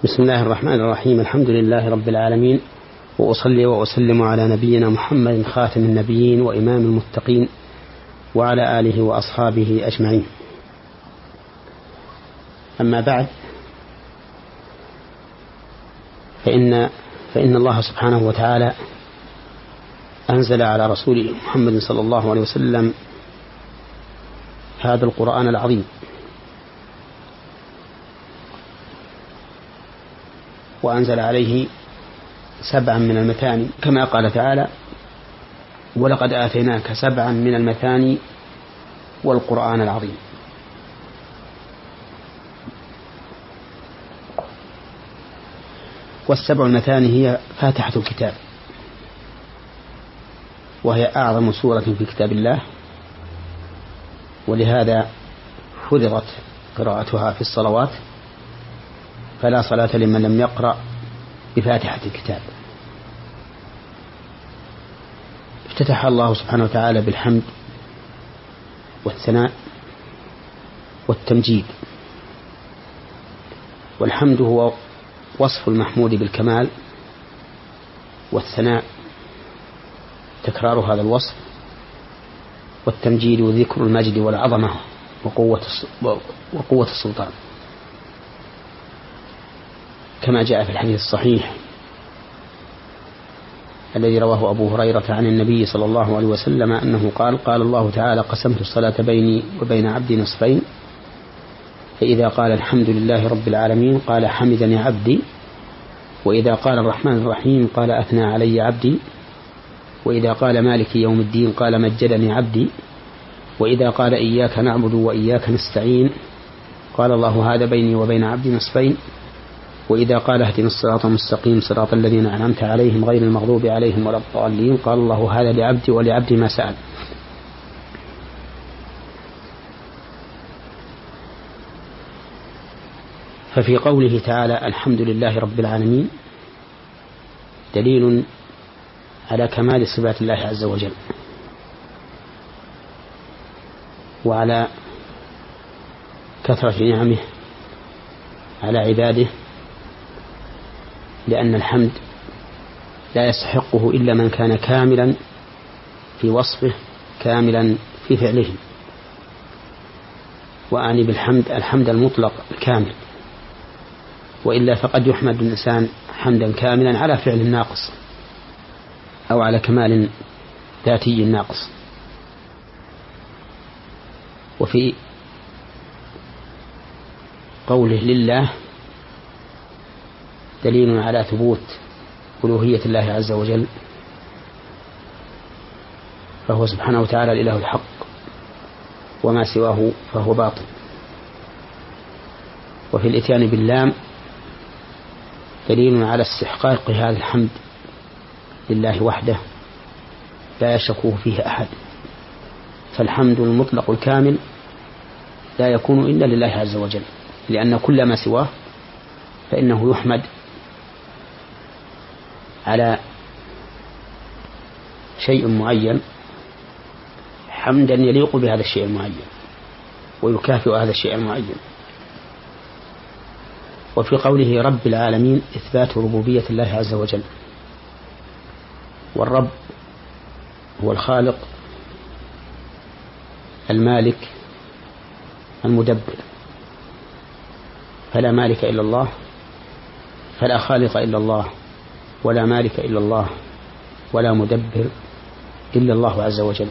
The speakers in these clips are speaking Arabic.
بسم الله الرحمن الرحيم. الحمد لله رب العالمين، وأصلي وأسلم على نبينا محمد خاتم النبيين وإمام المتقين وعلى آله وأصحابه أجمعين. أما بعد، فإن الله سبحانه وتعالى أنزل على رسوله محمد صلى الله عليه وسلم هذا القرآن العظيم، وأنزل عليه 7 من المثاني، كما قال تعالى: ولقد آتيناك 7 من المثاني والقرآن العظيم. وال7 المثاني هي فاتحة الكتاب، وهي أعظم سورة في كتاب الله، ولهذا فرضت قراءتها في الصلوات، فلا صلاة لمن لم يقرأ بفاتحة الكتاب. افتتح الله سبحانه وتعالى بالحمد والثناء والتمجيد. والحمد هو وصف المحمود بالكمال، والثناء تكرار هذا الوصف، والتمجيد ذكر المجد والعظمة وقوة السلطان، كما جاء في الحديث الصحيح الذي رواه أبو هريرة عن النبي صلى الله عليه وسلم أنه قال الله تعالى: قسمت الصلاة بيني وبين عبدي نصفين، فإذا قال الحمد لله رب العالمين قال حمدني عبدي، وإذا قال الرحمن الرحيم قال أثنى علي عبدي، وإذا قال مالك يوم الدين قال مجدني عبدي، وإذا قال إياك نعبد وإياك نستعين قال الله هذا بيني وبين عبدي نصفين، وإذا قال اهدنا الصراط المستقيم صراط الذين أنعمت عليهم غير المغضوب عليهم ولا الضالين قال الله هذا لعبدي ولعبدي ما سأل. ففي قوله تعالى الحمد لله رب العالمين دليل على كمال صفات الله عز وجل، وعلى كثرة نعمه على عباده، لأن الحمد لا يستحقه إلا من كان كاملا في وصفه كاملا في فعله، وأعني بالحمد الحمد المطلق الكامل، وإلا فقد يحمد الإنسان حمدا كاملا على فعل ناقص أو على كمال ذاتي ناقص. وفي قوله لله دليل على ثبوت ألوهية الله عز وجل، فهو سبحانه وتعالى الإله الحق، وما سواه فهو باطل. وفي الإتيان باللام دليل على استحقاق هذا الحمد لله وحده لا يشركه فيه أحد، فالحمد المطلق الكامل لا يكون إلا لله عز وجل، لأن كل ما سواه فإنه يحمد على شيء معين حمدا يليق بهذا الشيء المعين ويكافئ هذا الشيء المعين. وفي قوله رب العالمين إثبات ربوبية الله عز وجل، والرب هو الخالق المالك المدبر، فلا مالك إلا الله، فلا خالق إلا الله، ولا مالك إلا الله، ولا مدبر إلا الله عز وجل.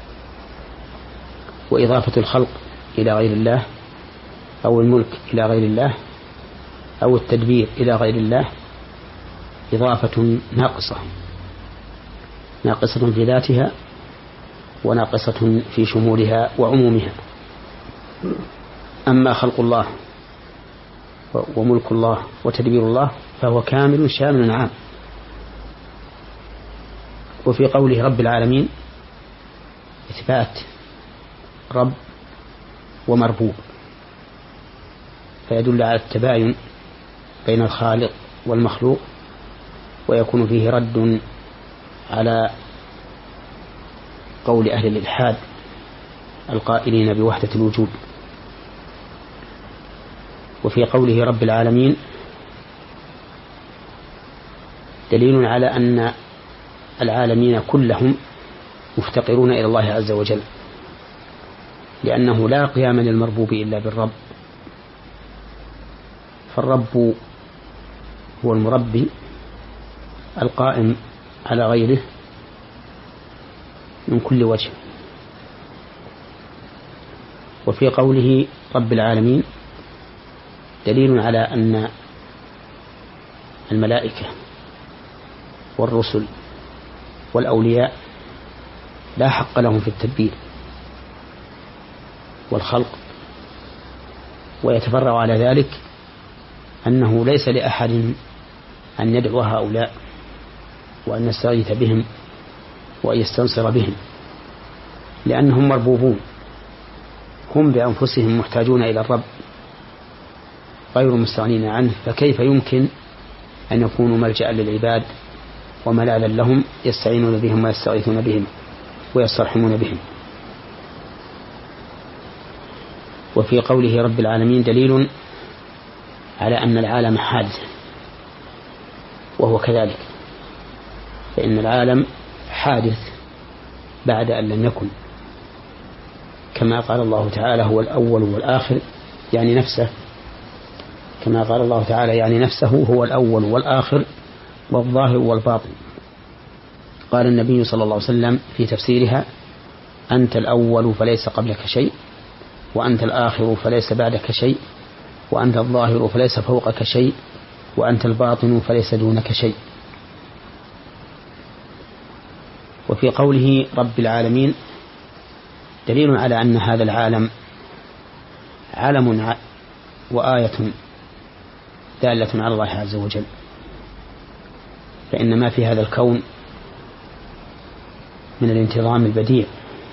وإضافة الخلق إلى غير الله أو الملك إلى غير الله أو التدبير إلى غير الله إضافة ناقصة في ذاتها وناقصة في شمولها وعمومها. أما خلق الله وملك الله وتدبير الله فهو كامل شامل عام. وفي قوله رب العالمين إثبات رب ومربوب، فيدل على التباين بين الخالق والمخلوق، ويكون فيه رد على قول أهل الإلحاد القائلين بوحدة الوجود. وفي قوله رب العالمين دليل على أن العالمين كلهم مفتقرون إلى الله عز وجل، لأنه لا قيام للمربوب إلا بالرب، فالرب هو المربي القائم على غيره من كل وجه. وفي قوله رب العالمين دليل على أن الملائكة والرسل والأولياء لا حق لهم في التدبير والخلق، ويتفرع على ذلك أنه ليس لأحد أن يدعو هؤلاء وأن يستغيث بهم وأن يستنصر بهم، لأنهم مربوبون، هم بأنفسهم محتاجون إلى الرب غير مستغنين عنه، فكيف يمكن أن يكونوا ملجأ للعباد وملاذا لهم يستعينون بهم ويستغيثون بهم ويسترحمون بهم. وفي قوله رب العالمين دليل على أن العالم حادث، وهو كذلك، فإن العالم حادث بعد أن لم يكن، كما قال الله تعالى هو الأول والآخر، يعني نفسه، كما قال الله تعالى يعني نفسه هو الأول والآخر والظاهر والباطن. قال النبي صلى الله عليه وسلم في تفسيرها: أنت الأول فليس قبلك شيء، وأنت الآخر فليس بعدك شيء، وأنت الظاهر فليس فوقك شيء، وأنت الباطن فليس دونك شيء. وفي قوله رب العالمين دليل على أن هذا العالم علم وآية دالة على الله عز وجل، فإن ما في هذا الكون من الانتظام البديع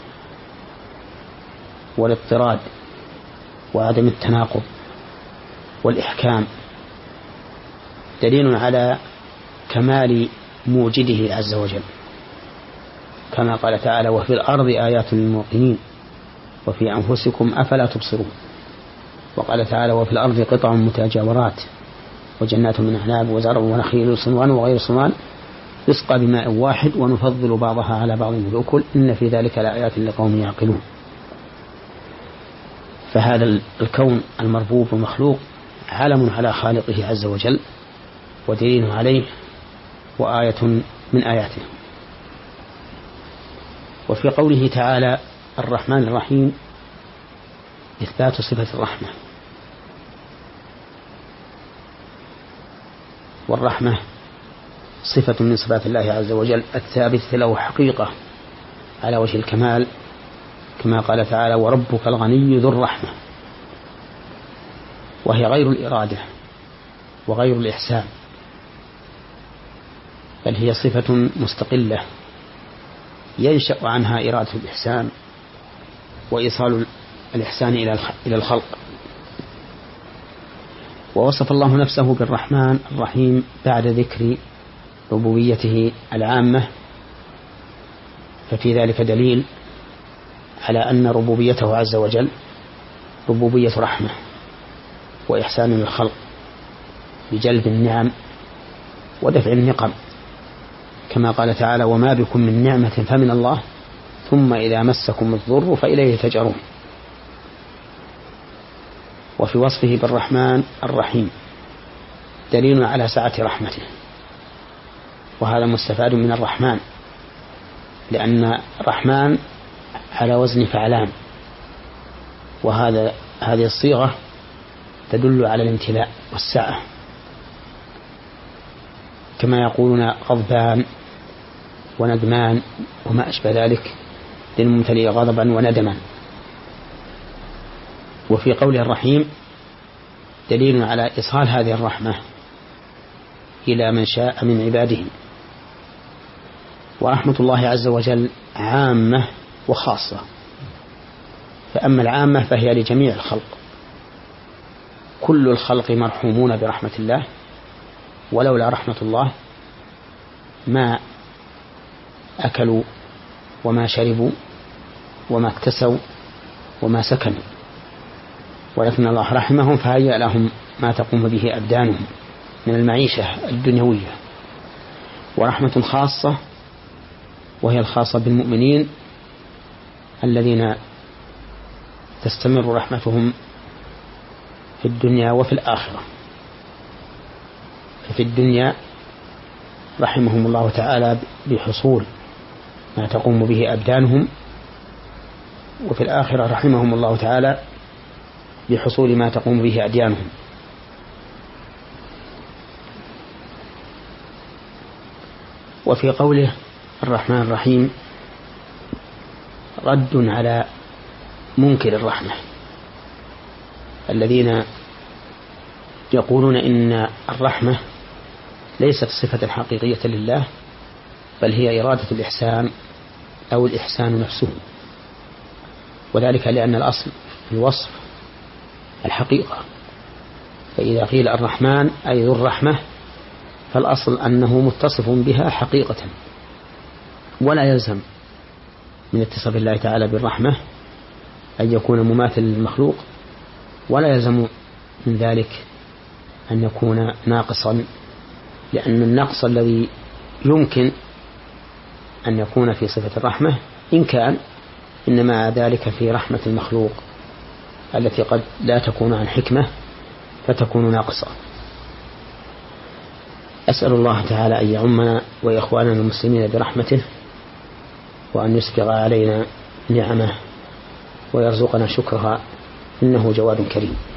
والاضطراد وعدم التناقض والإحكام دليل على كمال موجده عز وجل، كما قال تعالى: وفي الأرض آيات للموقنين وفي أنفسكم أفلا تبصرون. وقال تعالى: وفي الأرض قطع متجاورات وجنات من أعناب وزرع ونخيل صنوان وغير صنوان يسقى بماء واحد ونفضل بعضها على بعض بالأكل إن في ذلك لآيات لقوم يعقلون. فهذا الكون المربوب المخلوق علم على خالقه عز وجل ودليل عليه وآية من آياته. وفي قوله تعالى الرحمن الرحيم إثبات صفة الرحمة، والرحمة صفة من صفات الله عز وجل الثابت له حقيقة على وجه الكمال، كما قال تعالى: وربك الغني ذو الرحمة، وهي غير الإرادة وغير الإحسان، بل هي صفة مستقلة ينشأ عنها إرادة الإحسان وإيصال الإحسان إلى الخلق. ووصف الله نفسه بالرحمن الرحيم بعد ذكر ربوبيته العامة، ففي ذلك دليل على أن ربوبيته عز وجل ربوبية رحمة وإحسان للخلق بجلب النعم ودفع النقم، كما قال تعالى: وما بكم من نعمة فمن الله ثم إذا مسكم الضر فإليه تجأرون. وفي وصفه بالرحمن الرحيم دليل على سعة رحمته، وهذا مستفاد من الرحمن، لأن الرحمن على وزن فعلان، هذه الصيغة تدل على الامتلاء والسعة، كما يقولون غضبان وندمان وما أشبه ذلك للممتلئ غضبا وندما. وفي قوله الرحيم دليل على إيصال هذه الرحمة إلى من شاء من عباده. ورحمة الله عز وجل عامة وخاصة، فأما العامة فهي لجميع الخلق، كل الخلق مرحومون برحمة الله، ولولا رحمة الله ما أكلوا وما شربوا وما اكتسوا وما سكنوا، ولكن الله رحمهم فهيأ لهم ما تقوم به أبدانهم من المعيشة الدنيوية. ورحمة خاصة وهي الخاصة بالمؤمنين الذين تستمر رحمتهم في الدنيا وفي الآخرة. ففي الدنيا رحمهم الله تعالى بحصول ما تقوم به أبدانهم، وفي الآخرة رحمهم الله تعالى بحصول ما تقوم به أديانهم. وفي قوله الرحمن الرحيم رد على منكر الرحمة الذين يقولون إن الرحمة ليست صفة حقيقية لله، بل هي إرادة الإحسان أو الإحسان نفسه، وذلك لأن الأصل في الوصف الحقيقة. فإذا قيل الرحمن أي ذو الرحمة فالأصل أنه متصف بها حقيقة، ولا يلزم من اتصاف الله تعالى بالرحمة أن يكون مماثل للمخلوق، ولا يلزم من ذلك أن يكون ناقصا، لأن النقص الذي يمكن أن يكون في صفة الرحمة إن كان إنما ذلك في رحمة المخلوق التي قد لا تكون عن حكمة فتكون ناقصة. أسأل الله تعالى أن يعمنا وإخواننا المسلمين برحمته، وأن يسبغ علينا نعمه ويرزقنا شكرها، إنه جواد كريم.